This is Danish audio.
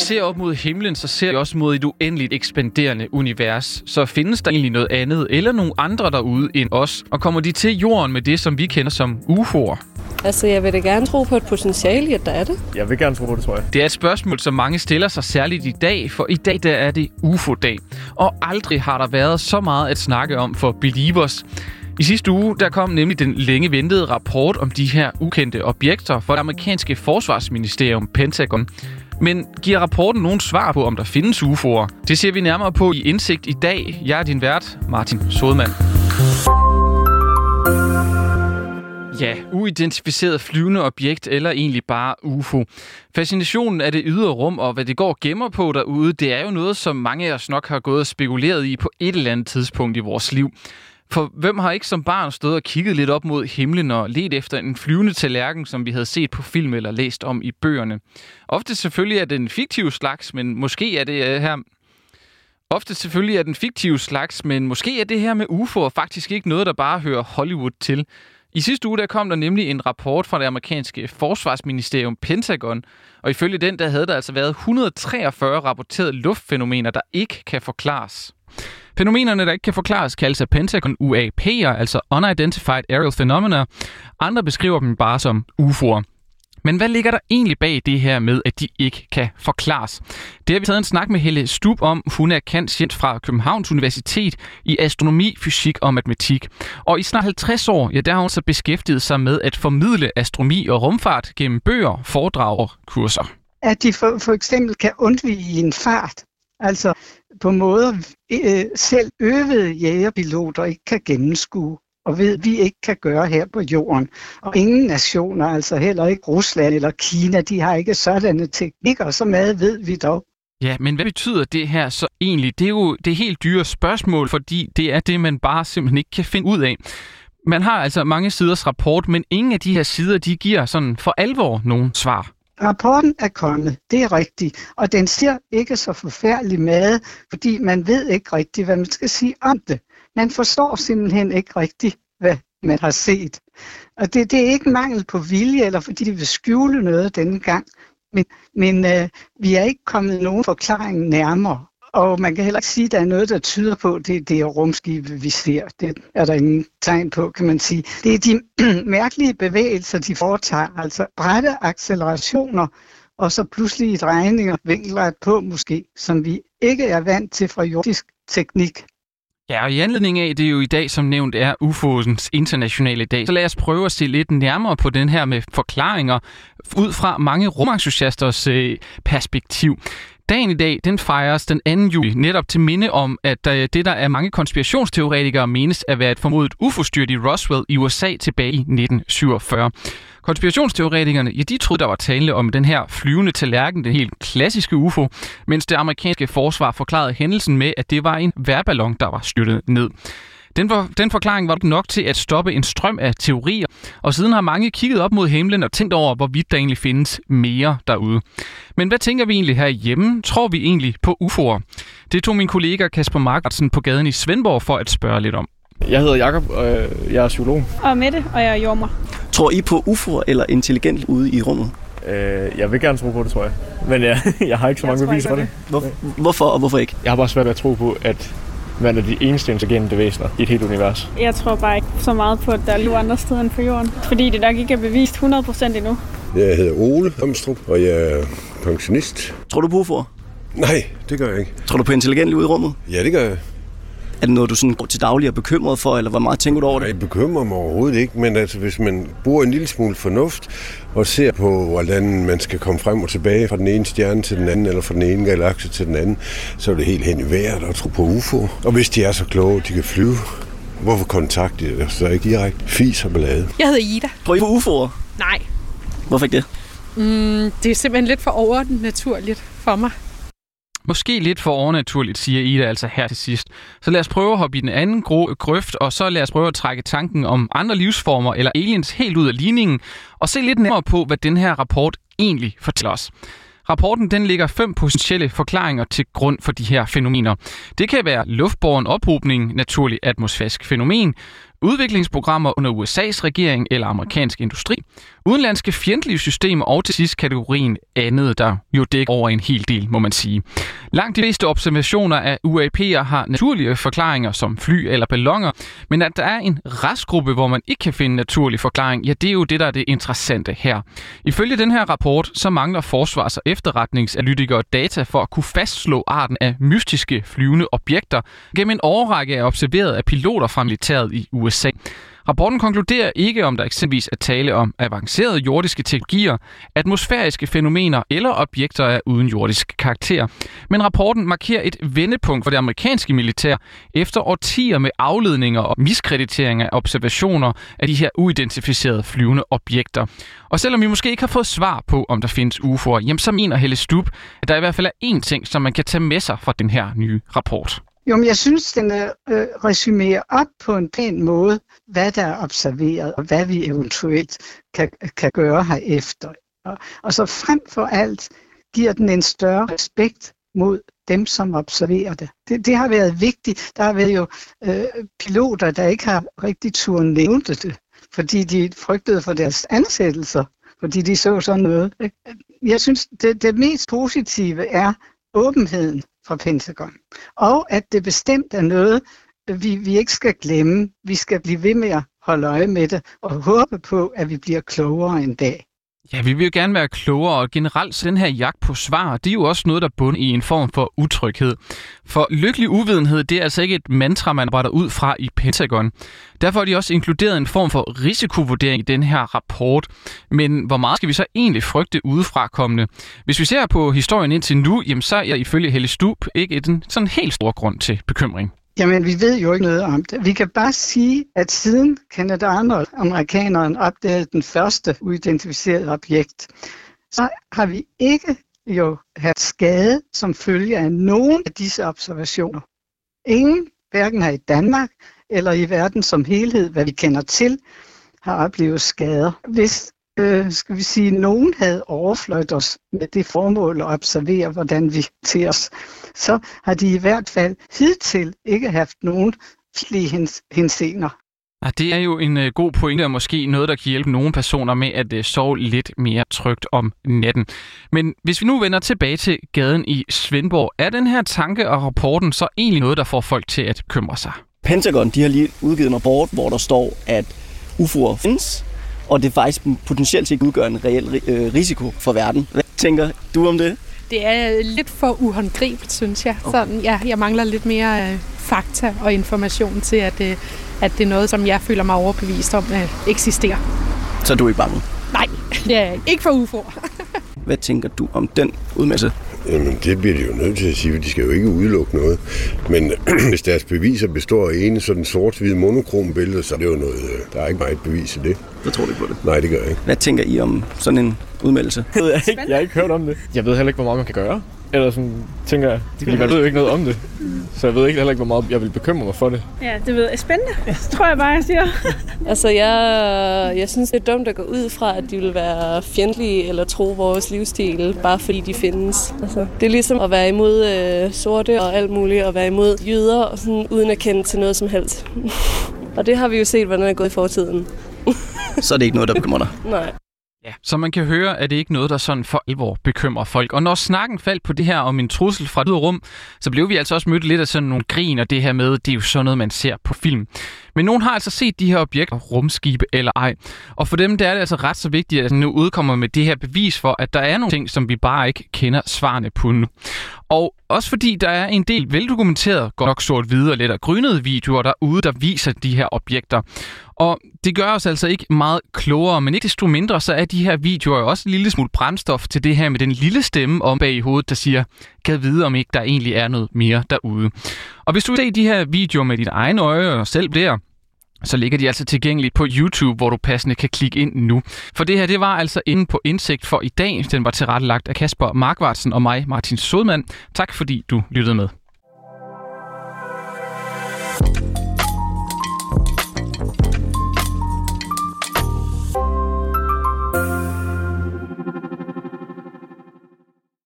ser op mod himlen, så ser vi også mod et uendeligt ekspanderende univers. Så findes der egentlig noget andet eller nogle andre derude end os? Og kommer de til jorden med det, som vi kender som UFO'er? Altså, jeg vil da gerne tro på et potentiale, at der er det. Jeg vil gerne tro på det, tror jeg. Det er et spørgsmål, som mange stiller sig særligt i dag, for i dag der er det UFO-dag. Og aldrig har der været så meget at snakke om for believers. I sidste uge der kom nemlig den længe ventede rapport om de her ukendte objekter fra det amerikanske forsvarsministerium Pentagon. Men giver rapporten nogen svar på, om der findes UFO'er? Det ser vi nærmere på i Indsigt i dag. Jeg er din vært, Martin Sodemann. Ja, uidentificeret flyvende objekt eller egentlig bare UFO. Fascinationen af det ydre rum og hvad det går og gemmer på derude, det er jo noget, som mange af os nok har gået og spekuleret i på et eller andet tidspunkt i vores liv. For hvem har ikke som barn stået og kigget lidt op mod himlen og let efter en flyvende tallerken, som vi havde set på film eller læst om i bøgerne? Ofte selvfølgelig er det en fiktiv slags, men måske er det her... måske er det her med UFO'er faktisk ikke noget, der bare hører Hollywood til. I sidste uge der kom der nemlig en rapport fra det amerikanske forsvarsministerium Pentagon, og ifølge den der havde der altså været 143 rapporterede luftfænomener, der ikke kan forklares. Fænomenerne, der ikke kan forklares, kaldes af Pentagon UAP'er, altså Unidentified Aerial Phenomena. Andre beskriver dem bare som UFO'er. Men hvad ligger der egentlig bag det her med, at de ikke kan forklares? Det har vi taget en snak med Helle Stub om. Hun er cand.scient fra Københavns Universitet i astronomi, fysik og matematik. Og i snart 50 år, ja, der har hun så beskæftiget sig med at formidle astronomi og rumfart gennem bøger, foredrag og kurser. At de for eksempel kan undvige en fart, altså på måder selv øvede jægerpiloter ikke kan gennemskue. Og ved, vi ikke kan gøre her på jorden. Og ingen nationer, altså heller ikke Rusland eller Kina, de har ikke sådanne teknikker, så meget ved vi dog. Ja, men hvad betyder det her så egentlig? Det er jo det helt dyre spørgsmål, fordi det er det, man bare simpelthen ikke kan finde ud af. Man har altså mange siders rapport, men ingen af de her sider, de giver sådan for alvor nogen svar. Rapporten er kommet, det er rigtigt, og den siger ikke så forfærdelig meget, fordi man ved ikke rigtigt, hvad man skal sige om det. Man forstår simpelthen ikke rigtigt, hvad man har set. Og det er ikke mangel på vilje, eller fordi de vil skjule noget denne gang, men vi er ikke kommet nogen forklaring nærmere. Og man kan heller ikke sige, at der er noget, der tyder på, at det er rumskibet, vi ser. Det er der ingen tegn på, kan man sige. Det er de mærkelige bevægelser, de foretager, altså brætte accelerationer, og så pludselige drejninger, vinkler på måske, som vi ikke er vant til fra jordisk teknik. Ja, og i anledning af, det er jo i dag, som nævnt, er UFO'ens internationale dag. Så lad os prøve at se lidt nærmere på den her med forklaringer ud fra mange rumentusiasters perspektiv. Dagen i dag, den fejres den 2. juli, netop til minde om, at det, der er mange konspirationsteoretikere menes at være et formodet UFO-styrt i Roswell i USA tilbage i 1947. Konspirationsteoretikerne, ja, de troede, der var tale om den her flyvende tallerken, den helt klassiske UFO, mens det amerikanske forsvar forklarede hændelsen med, at det var en vejrballon, der var styrtet ned. Den forklaring var nok til at stoppe en strøm af teorier, og siden har mange kigget op mod himlen og tænkt over, hvorvidt der egentlig findes mere derude. Men hvad tænker vi egentlig herhjemme? Tror vi egentlig på UFO'er? Det tog min kollega Kasper Markertsen på gaden i Svendborg for at spørge lidt om. Jeg hedder Jakob, og jeg er psykolog. Og Mette, og jeg er jordemoder. Tror I på UFO'er eller intelligent ude i rummet? Jeg vil gerne tro på det, tror jeg. Men jeg har ikke så mange beviser for det. Hvorfor og hvorfor ikke? Jeg har bare svært ved at tro på, at man er de eneste intelligente væsener i et helt univers. Jeg tror bare ikke så meget på, at der er liv andre steder end på jorden. Fordi det nok ikke er bevist 100% endnu. Jeg hedder Ole Amstrup, og jeg er pensionist. Tror du på UFO'er? Nej, det gør jeg ikke. Tror du på intelligent ude i rummet? Ja, det gør jeg. Er det noget, du sådan går til daglig er bekymret for, eller hvor meget tænker du over det? Jeg bekymrer mig overhovedet ikke, men altså, hvis man bruger en lille smule fornuft og ser på, hvordan man skal komme frem og tilbage fra den ene stjerne til den anden, eller fra den ene galakse til den anden, så er det helt hen i vejret at tro på UFO. Og hvis de er så kloge, de kan flyve, hvorfor kontakter de så ikke direkte? Fis og ballade. Jeg hedder Ida. Tror I på UFO'er? Nej. Hvorfor ikke det? Det er simpelthen lidt for overnaturligt for mig. Måske lidt for overnaturligt, siger Ida altså her til sidst. Så lad os prøve at hoppe i den anden grøft, og så lad os prøve at trække tanken om andre livsformer eller aliens helt ud af ligningen, og se lidt nærmere på, hvad den her rapport egentlig fortæller os. Rapporten den lægger 5 potentielle forklaringer til grund for de her fænomener. Det kan være luftbåren ophobning, naturlig atmosfærisk fænomen, udviklingsprogrammer under USA's regering eller amerikansk industri, udenlandske fjendtlige systemer og til sidst kategorien andet, der jo dækker over en hel del, må man sige. Langt de fleste observationer af UAP'er har naturlige forklaringer som fly eller balloner, men at der er en restgruppe, hvor man ikke kan finde naturlig forklaring, ja, det er jo det, der er det interessante her. Ifølge den her rapport, så mangler forsvars- og efterretningsanalytikere data for at kunne fastslå arten af mystiske flyvende objekter gennem en årrække er observeret af piloter fra militæret i USA. Rapporten konkluderer ikke, om der eksempelvis er tale om avancerede jordiske teknologier, atmosfæriske fænomener eller objekter af udenjordisk karakter. Men rapporten markerer et vendepunkt for det amerikanske militær efter årtier med afledninger og miskreditering af observationer af de her uidentificerede flyvende objekter. Og selvom vi måske ikke har fået svar på, om der findes UFO'er, jamen så mener Helle Stub, at der i hvert fald er én ting, som man kan tage med sig fra den her nye rapport. Jo, men jeg synes, den resumerer op på en pæn måde, hvad der er observeret, og hvad vi eventuelt kan gøre herefter. Og så frem for alt giver den en større respekt mod dem, som observerer det. Det har været vigtigt. Der har været jo piloter, der ikke har rigtig turde nævne det, fordi de frygtede for deres ansættelser, fordi de så sådan noget. Jeg synes, det mest positive er åbenheden fra Pentagon. Og at det bestemt er noget, vi ikke skal glemme. Vi skal blive ved med at holde øje med det og håbe på, at vi bliver klogere en dag. Ja, vi vil jo gerne være klogere, og generelt så den her jagt på svar, det er jo også noget, der bunder i en form for utryghed. For lykkelig uvidenhed, det er altså ikke et mantra, man arbejder ud fra i Pentagon. Derfor har de også inkluderet en form for risikovurdering i den her rapport. Men hvor meget skal vi så egentlig frygte udefrakommende? Hvis vi ser på historien indtil nu, jamen så er ifølge Helle Stub ikke en sådan helt stor grund til bekymring. Jamen, vi ved jo ikke noget om det. Vi kan bare sige, at siden Kenneth Arnold, amerikaneren, opdagede den første uidentificerede objekt, så har vi ikke jo haft skade som følge af nogen af disse observationer. Ingen, hverken her i Danmark eller i verden som helhed, hvad vi kender til, har oplevet skader. Hvis skal vi sige, nogen havde overfløjet os med det formål at observere, hvordan vi til os, så har de i hvert fald hidtil ikke haft nogen fjendtlige henseender. Ja, det er jo en god pointe, og måske noget, der kan hjælpe nogle personer med at sove lidt mere trygt om natten. Men hvis vi nu vender tilbage til gaden i Svendborg, er den her tanke og rapporten så egentlig noget, der får folk til at bekymre sig? Pentagon, de har lige udgivet en rapport, hvor der står, at UFO'er findes, og det faktisk potentielt ikke udgør en reel risiko for verden. Hvad tænker du om det? Det er lidt for uhåndgribeligt, synes jeg. Sådan, jeg mangler lidt mere fakta og information til, at det er noget, som jeg føler mig overbevist om eksisterer. Så er du ikke bange? Nej, det er ikke for UFO'er. Hvad tænker du om den udmeldelse? Jamen, det bliver de jo nødt til at sige, for de skal jo ikke udelukke noget. Men hvis deres beviser består af en sådan sort-hvid monokrom billede, så er det jo noget, der er ikke meget bevis i det. Jeg tror du ikke på det? Nej, det gør jeg ikke. Hvad tænker I om sådan en udmeldelse? Jeg har ikke hørt om det. Jeg ved heller ikke, hvor meget man kan gøre. Eller sådan, tænker jeg. Fordi jeg ved jo ikke noget om det. Så jeg ved ikke heller ikke, hvor meget jeg vil bekymre mig for det. Ja, det ved jeg. Spændende, tror jeg bare, jeg siger. Altså, jeg synes, det er dumt at gå ud fra, at de vil være fjendtlige eller tro vores livsstil, bare fordi de findes. Altså, det er ligesom at være imod sorte og alt muligt, og være imod jøder, og sådan, uden at kende til noget som helst. Og det har vi jo set, hvordan det er gået i fortiden. Så er det ikke noget, der bekymrer dig? Nej. Ja, som man kan høre, er det ikke noget, der sådan for alvor bekymrer folk. Og når snakken faldt på det her om en trussel fra det rum, så blev vi altså også mødt lidt af sådan nogle grin, og det her med, det er jo sådan noget, man ser på film. Men nogen har altså set de her objekter, rumskibe eller ej. Og for dem der er det altså ret så vigtigt, at nu udkommer med det her bevis for, at der er nogle ting, som vi bare ikke kender svarene på nu. Og også fordi der er en del veldokumenteret, godt nok sort-hvide og lidt og grynede videoer derude, der viser de her objekter. Og det gør os altså ikke meget klogere, men ikke desto mindre, så er de her videoer også en lille smule brændstof til det her med den lille stemme om bag i hovedet, der siger, kan vide om ikke der egentlig er noget mere derude. Og hvis du ser de her videoer med dit egne øje og selv der, så ligger de altså tilgængeligt på YouTube, hvor du passende kan klikke ind nu. For det her, det var altså inde på Indsigt for i dag. Den var tilrettelagt af Kasper Markvartsen og mig, Martin Sodman. Tak fordi du lyttede med.